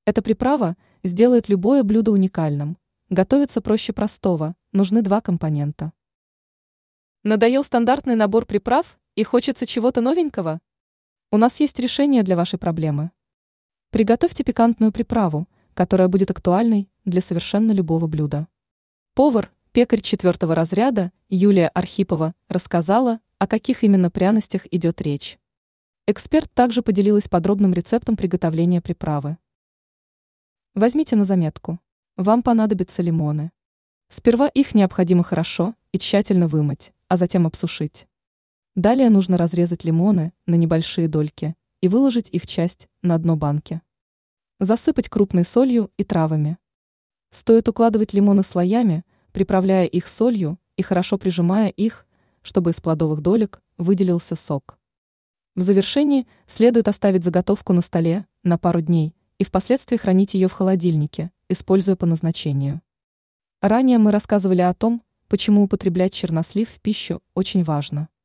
Эта приправа сделает любое блюдо уникальным. Готовится проще простого, нужны два компонента. Надоел стандартный набор приправ и хочется чего-то новенького? У нас есть решение для вашей проблемы. Приготовьте пикантную приправу, которая будет актуальной для совершенно любого блюда. Повар, пекарь 4-го разряда Юлия Архипова рассказала, о каких именно пряностях идет речь. Эксперт также поделилась подробным рецептом приготовления приправы. Возьмите на заметку. Вам понадобятся лимоны. Сперва их необходимо хорошо и тщательно вымыть, а затем обсушить. Далее нужно разрезать лимоны на небольшие дольки и выложить их часть на дно банки. Засыпать крупной солью и травами. Стоит укладывать лимоны слоями, приправляя их солью и хорошо прижимая их, чтобы из плодовых долек выделился сок. В завершении следует оставить заготовку на столе на пару дней и впоследствии хранить ее в холодильнике, используя по назначению. Ранее мы рассказывали о том, почему употреблять чернослив в пищу очень важно.